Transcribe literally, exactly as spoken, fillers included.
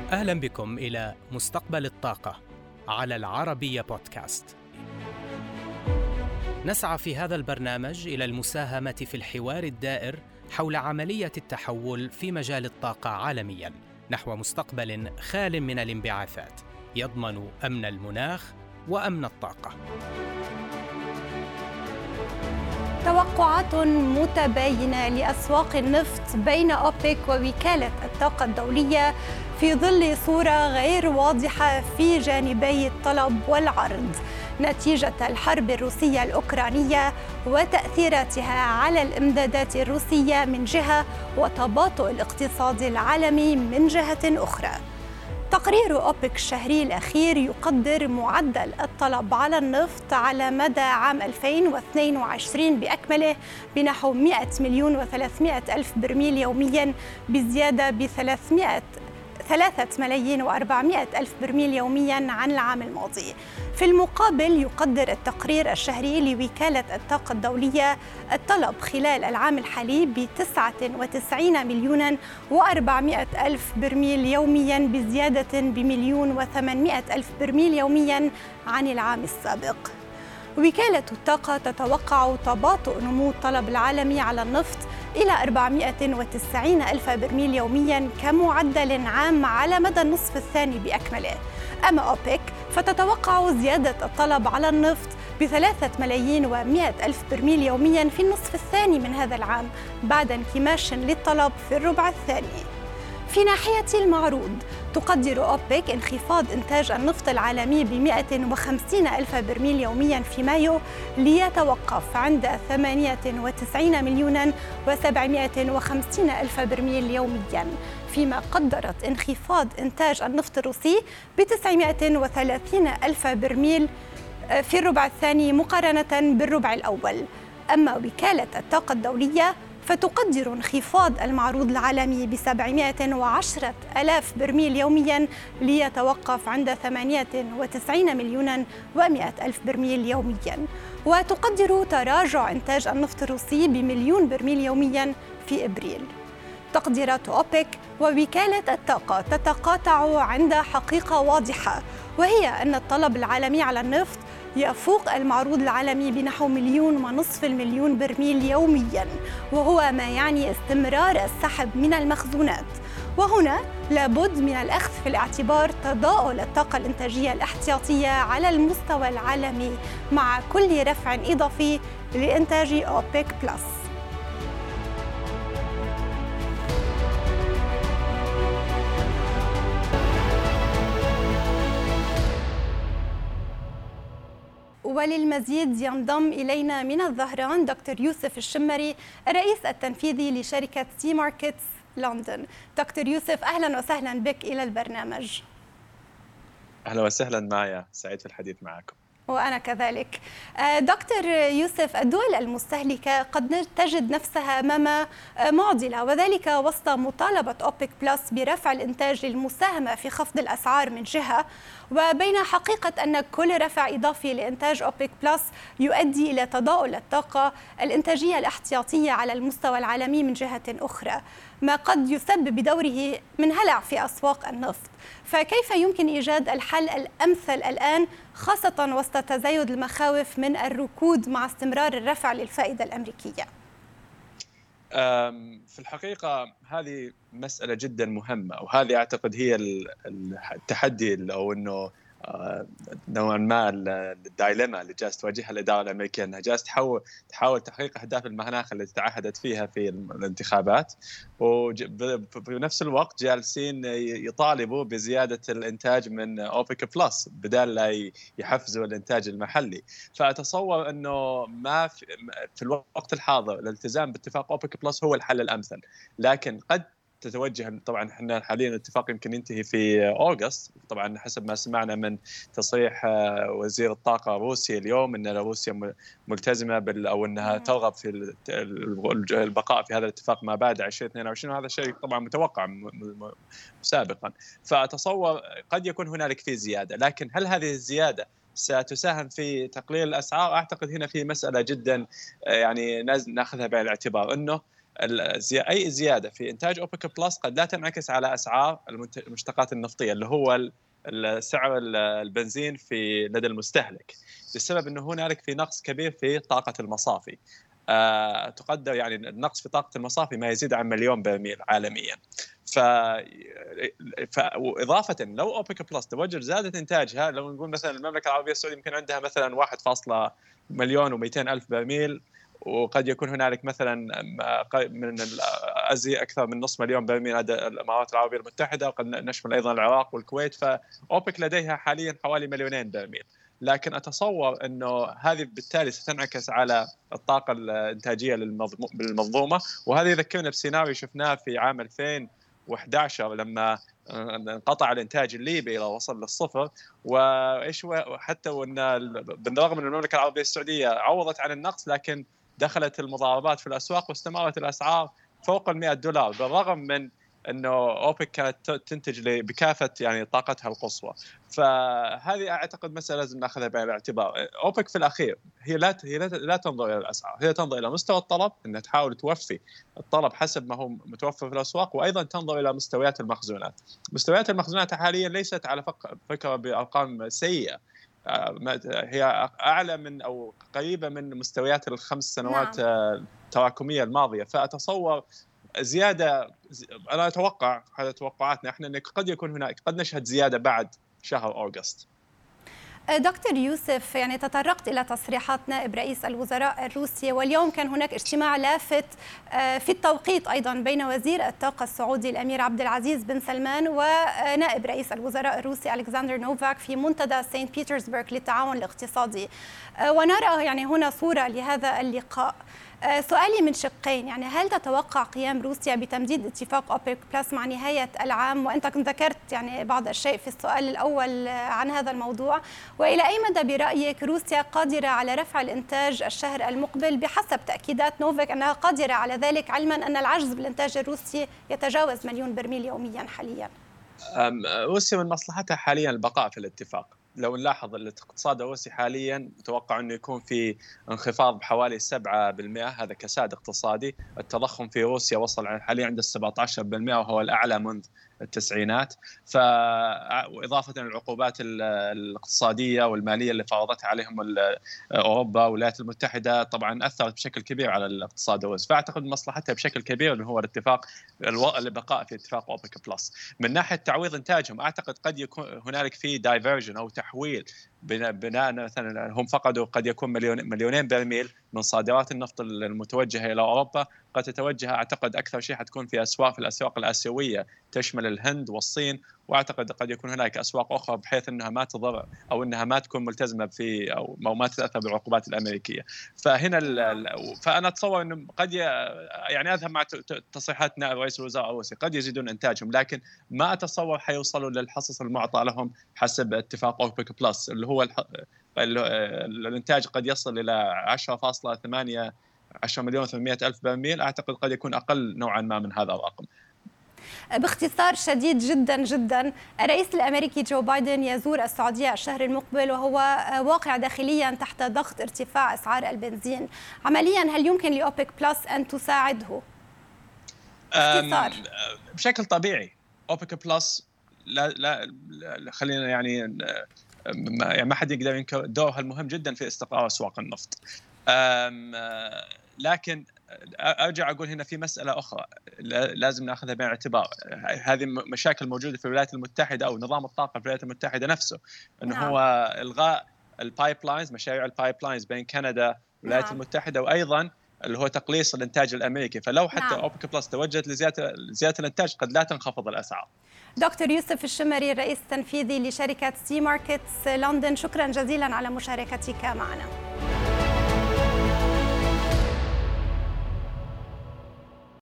أهلا بكم إلى مستقبل الطاقة على العربية بودكاست. نسعى في هذا البرنامج إلى المساهمة في الحوار الدائر حول عملية التحول في مجال الطاقة عالمياً نحو مستقبل خال من الانبعاثات يضمن أمن المناخ وأمن الطاقة. توقعات متباينة لأسواق النفط بين أوبك ووكالة الطاقة الدولية في ظل صورة غير واضحة في جانبي الطلب والعرض نتيجة الحرب الروسية الأوكرانية وتأثيراتها على الإمدادات الروسية من جهة وتباطؤ الاقتصاد العالمي من جهة أخرى. تقرير أوبك الشهري الأخير يقدر معدل الطلب على النفط على مدى عام ألفين واثنين وعشرين بأكمله بنحو مئة مليون وثلاثمئة ألف برميل يومياً، بزيادة بثلاثمئة ثلاثة ملايين وأربعمئة ألف برميل يومياً عن العام الماضي. في المقابل يقدر التقرير الشهري لوكالة الطاقة الدولية الطلب خلال العام الحالي بتسعة وتسعين مليوناً وأربعمئة ألف برميل يومياً، بزيادة بمليون وثمانمئة ألف برميل يومياً عن العام السابق. وكالة الطاقة تتوقع تباطؤ نمو الطلب العالمي على النفط إلى أربعمئة وتسعين ألف برميل يومياً كمعدل عام على مدى النصف الثاني بأكمله. أما أوبك فتتوقع زيادة الطلب على النفط بثلاثة ملايين ومئة ألف برميل يومياً في النصف الثاني من هذا العام بعد انكماش للطلب في الربع الثاني. في ناحية المعروض تقدر أوبك انخفاض إنتاج النفط العالمي بمئة وخمسين ألف برميل يومياً في مايو ليتوقف عند ثمانية وتسعين مليوناً وسبعمئة وخمسين ألف برميل يومياً، فيما قدرت انخفاض إنتاج النفط الروسي بتسعمئة وثلاثين ألف برميل في الربع الثاني مقارنة بالربع الأول. أما وكالة الطاقة الدولية فتقدر انخفاض المعروض العالمي بسبعمئة وعشرة آلاف برميل يومياً ليتوقف عند ثمانية وتسعين مليوناً ومئة ألف برميل يومياً، وتقدر تراجع إنتاج النفط الروسي بمليون برميل يومياً في إبريل. تقديرات أوبك ووكالة الطاقة تتقاطع عند حقيقة واضحة، وهي أن الطلب العالمي على النفط يفوق المعروض العالمي بنحو مليون ونصف المليون برميل يومياً، وهو ما يعني استمرار السحب من المخزونات. وهنا لابد من الأخذ في الاعتبار تضاؤل الطاقة الإنتاجية الاحتياطية على المستوى العالمي مع كل رفع إضافي لإنتاج أوبك بلس. وللمزيد ينضم إلينا من الظهران دكتور يوسف الشمري، الرئيس التنفيذي لشركة سي ماركتس لندن. دكتور يوسف، أهلا وسهلا بك إلى البرنامج. أهلا وسهلا معي، سعيد في الحديث معكم. وأنا كذلك. دكتور يوسف، الدول المستهلكة قد تجد نفسها أمام معضلة، وذلك وسط مطالبة أوبك بلس برفع الإنتاج للمساهمة في خفض الأسعار من جهة، وبين حقيقة أن كل رفع إضافي لإنتاج أوبك بلس يؤدي إلى تضاؤل الطاقة الإنتاجية الاحتياطية على المستوى العالمي من جهة أخرى، ما قد يسبب بدوره من هلع في أسواق النفط. فكيف يمكن إيجاد الحل الأمثل الآن، خاصة وسط تزايد المخاوف من الركود مع استمرار الرفع للفائدة الأمريكية؟ في الحقيقة هذه مسألة جدا مهمة، وهذه أعتقد هي التحدي أو أنه نوعا ما الدايلما اللي جالس تواجهها الإدارة الأمريكية، أنها جالس تحاول تحاول تحقيق أهداف المناخ التي تعهدت فيها في الانتخابات، وفي نفس الوقت جالسين يطالبوا بزيادة الإنتاج من أوبك بلس بدل لا يحفزوا الإنتاج المحلي. فأتصور أنه ما في, في الوقت الحاضر الالتزام باتفاق أوبك بلس هو الحل الأمثل، لكن قد تتوجه. طبعا احنا حاليا الاتفاق يمكن ينتهي في أغسطس، طبعا حسب ما سمعنا من تصريح وزير الطاقة الروسي اليوم ان روسيا ملتزمة بال او انها ترغب في البقاء في هذا الاتفاق ما بعد ألفين واثنين وعشرين، وهذا شيء طبعا متوقع سابقا. فأتصور قد يكون هنالك في زيادة، لكن هل هذه الزيادة ستساهم في تقليل الأسعار؟ أعتقد هنا في مسألة جدا يعني ناخذها بعين الاعتبار، انه اي زياده في انتاج اوبك بلس قد لا تنعكس على اسعار المشتقات النفطيه اللي هو سعر البنزين في لدى المستهلك، بسبب انه هنالك في نقص كبير في طاقه المصافي. أه تقدر يعني النقص في طاقه المصافي ما يزيد عن مليون برميل عالميا. ف... ف... واضافه لو اوبك بلس توجه زادت انتاجها، لو نقول مثلا المملكه العربيه السعوديه يمكن عندها مثلا واحد فاصلة مليون ومئتين الف برميل، وقد يكون هنالك مثلا من الازي اكثر من نصف مليون برميل لدى الامارات العربيه المتحده، وقد نشمل ايضا العراق والكويت، فاوبك لديها حاليا حوالي مليونين برميل. لكن اتصور انه هذه بالتالي ستنعكس على الطاقه الانتاجيه للمنظومه، وهذا يذكرنا بسيناريو شفناه في عام ألفين وأحد عشر لما انقطع الانتاج الليبي الى وصل للصفر، وايش حتى وان بالرغم ان المملكه العربيه السعوديه عوضت عن النقص، لكن دخلت المضاربات في الاسواق واستمرت الاسعار فوق ال مئة دولار، بالرغم من انه اوبك كانت تنتج بكافه يعني طاقتها القصوى. فهذه اعتقد مساله لازم ناخذها بعين الاعتبار. اوبك في الاخير هي لا هي لا تنظر الى الاسعار، هي تنظر الى مستوى الطلب، انها تحاول توفي الطلب حسب ما هو متوفر في الاسواق، وايضا تنظر الى مستويات المخزونات. مستويات المخزونات حاليا ليست على فكره بارقام سيئه، هي اعلى من او قريبه من مستويات الخمس سنوات نعم. التراكميه الماضيه. فاتصور زياده، انا اتوقع هذا توقعاتنا احنا ان قد يكون هناك قد نشهد زياده بعد شهر أغسطس. دكتور يوسف، يعني تطرقت إلى تصريحات نائب رئيس الوزراء الروسي، واليوم كان هناك اجتماع لافت في التوقيت أيضا بين وزير الطاقة السعودي الأمير عبد العزيز بن سلمان ونائب رئيس الوزراء الروسي ألكسندر نوفاك في منتدى سانت بيترسبرغ للتعاون الاقتصادي، ونرى يعني هنا صورة لهذا اللقاء. سؤالي من شقين، يعني هل تتوقع قيام روسيا بتمديد اتفاق أوبك بلس مع نهاية العام؟ وأنت كنت ذكرت يعني بعض الشيء في السؤال الأول عن هذا الموضوع، وإلى أي مدى برأيك روسيا قادرة على رفع الإنتاج الشهر المقبل بحسب تأكيدات نوفاك أنها قادرة على ذلك، علما أن العجز بالإنتاج الروسي يتجاوز مليون برميل يوميا حاليا؟ روسيا من مصلحتها حاليا البقاء في الاتفاق. لو نلاحظ الاقتصاد الروسي حاليا متوقع انه يكون في انخفاض بحوالي سبعة بالمئة، هذا كساد اقتصادي. التضخم في روسيا وصل حاليا عند سبعة عشر بالمئة وهو الاعلى منذ التسعينات. فإضافة للعقوبات الاقتصادية والمالية اللي فرضتها عليهم أوروبا والولايات المتحدة طبعا أثرت بشكل كبير على الاقتصاد الروسي. فأعتقد مصلحتها بشكل كبير اللي هو الاتفاق البقاء في اتفاق أوبك بلس. من ناحية تعويض إنتاجهم أعتقد قد يكون هنالك في دايفرجن أو تحويل بناء مثلا هم فقدوا قد يكون مليون مليونين برميل من صادرات النفط المتوجهة إلى أوروبا، قد تتوجه أعتقد أكثر شيء حتكون في أسواق في الأسواق الآسيوية تشمل الهند والصين، واعتقد قد يكون هناك اسواق اخرى بحيث انها ما تضر او انها ما تكون ملتزمه في او ما تتاثر بالعقوبات الامريكيه. فهنا فانا اتصور انه قد يعني اذهب مع تصريحات نائب رئيس الوزراء الروسي، قد يزيدون انتاجهم، لكن ما اتصور حيوصلوا للحصص المعطى لهم حسب اتفاق اوبك بلس اللي هو الانتاج قد يصل الى عشرة فاصلة ثمانية عشرة مليون وثمانمئة ألف برميل. اعتقد قد يكون اقل نوعا ما من هذا الرقم. باختصار شديد جدا جدا، الرئيس الامريكي جو بايدن يزور السعوديه الشهر المقبل وهو واقع داخليا تحت ضغط ارتفاع اسعار البنزين. عمليا هل يمكن لاوبك بلس ان تساعده؟ باختصار بشكل طبيعي اوبك بلس لا لا خلينا يعني ما حد يقدر ينكر دورها المهم جدا في استقرار اسواق النفط. لكن ارجع اقول هنا في مساله اخرى لازم ناخذها بعين الاعتبار. هذه مشاكل موجوده في الولايات المتحده او نظام الطاقه في الولايات المتحده نفسه، انه نعم. هو الغاء البايب لاينز، مشاريع البايب لاينز بين كندا والولايات نعم. المتحده، وايضا اللي هو تقليص الانتاج الامريكي. فلو حتى نعم. اوبك بلس توجهت لزياده زياده الانتاج قد لا تنخفض الاسعار. دكتور يوسف الشمري الرئيس التنفيذي لشركه سي ماركتس لندن، شكرا جزيلا على مشاركتك معنا.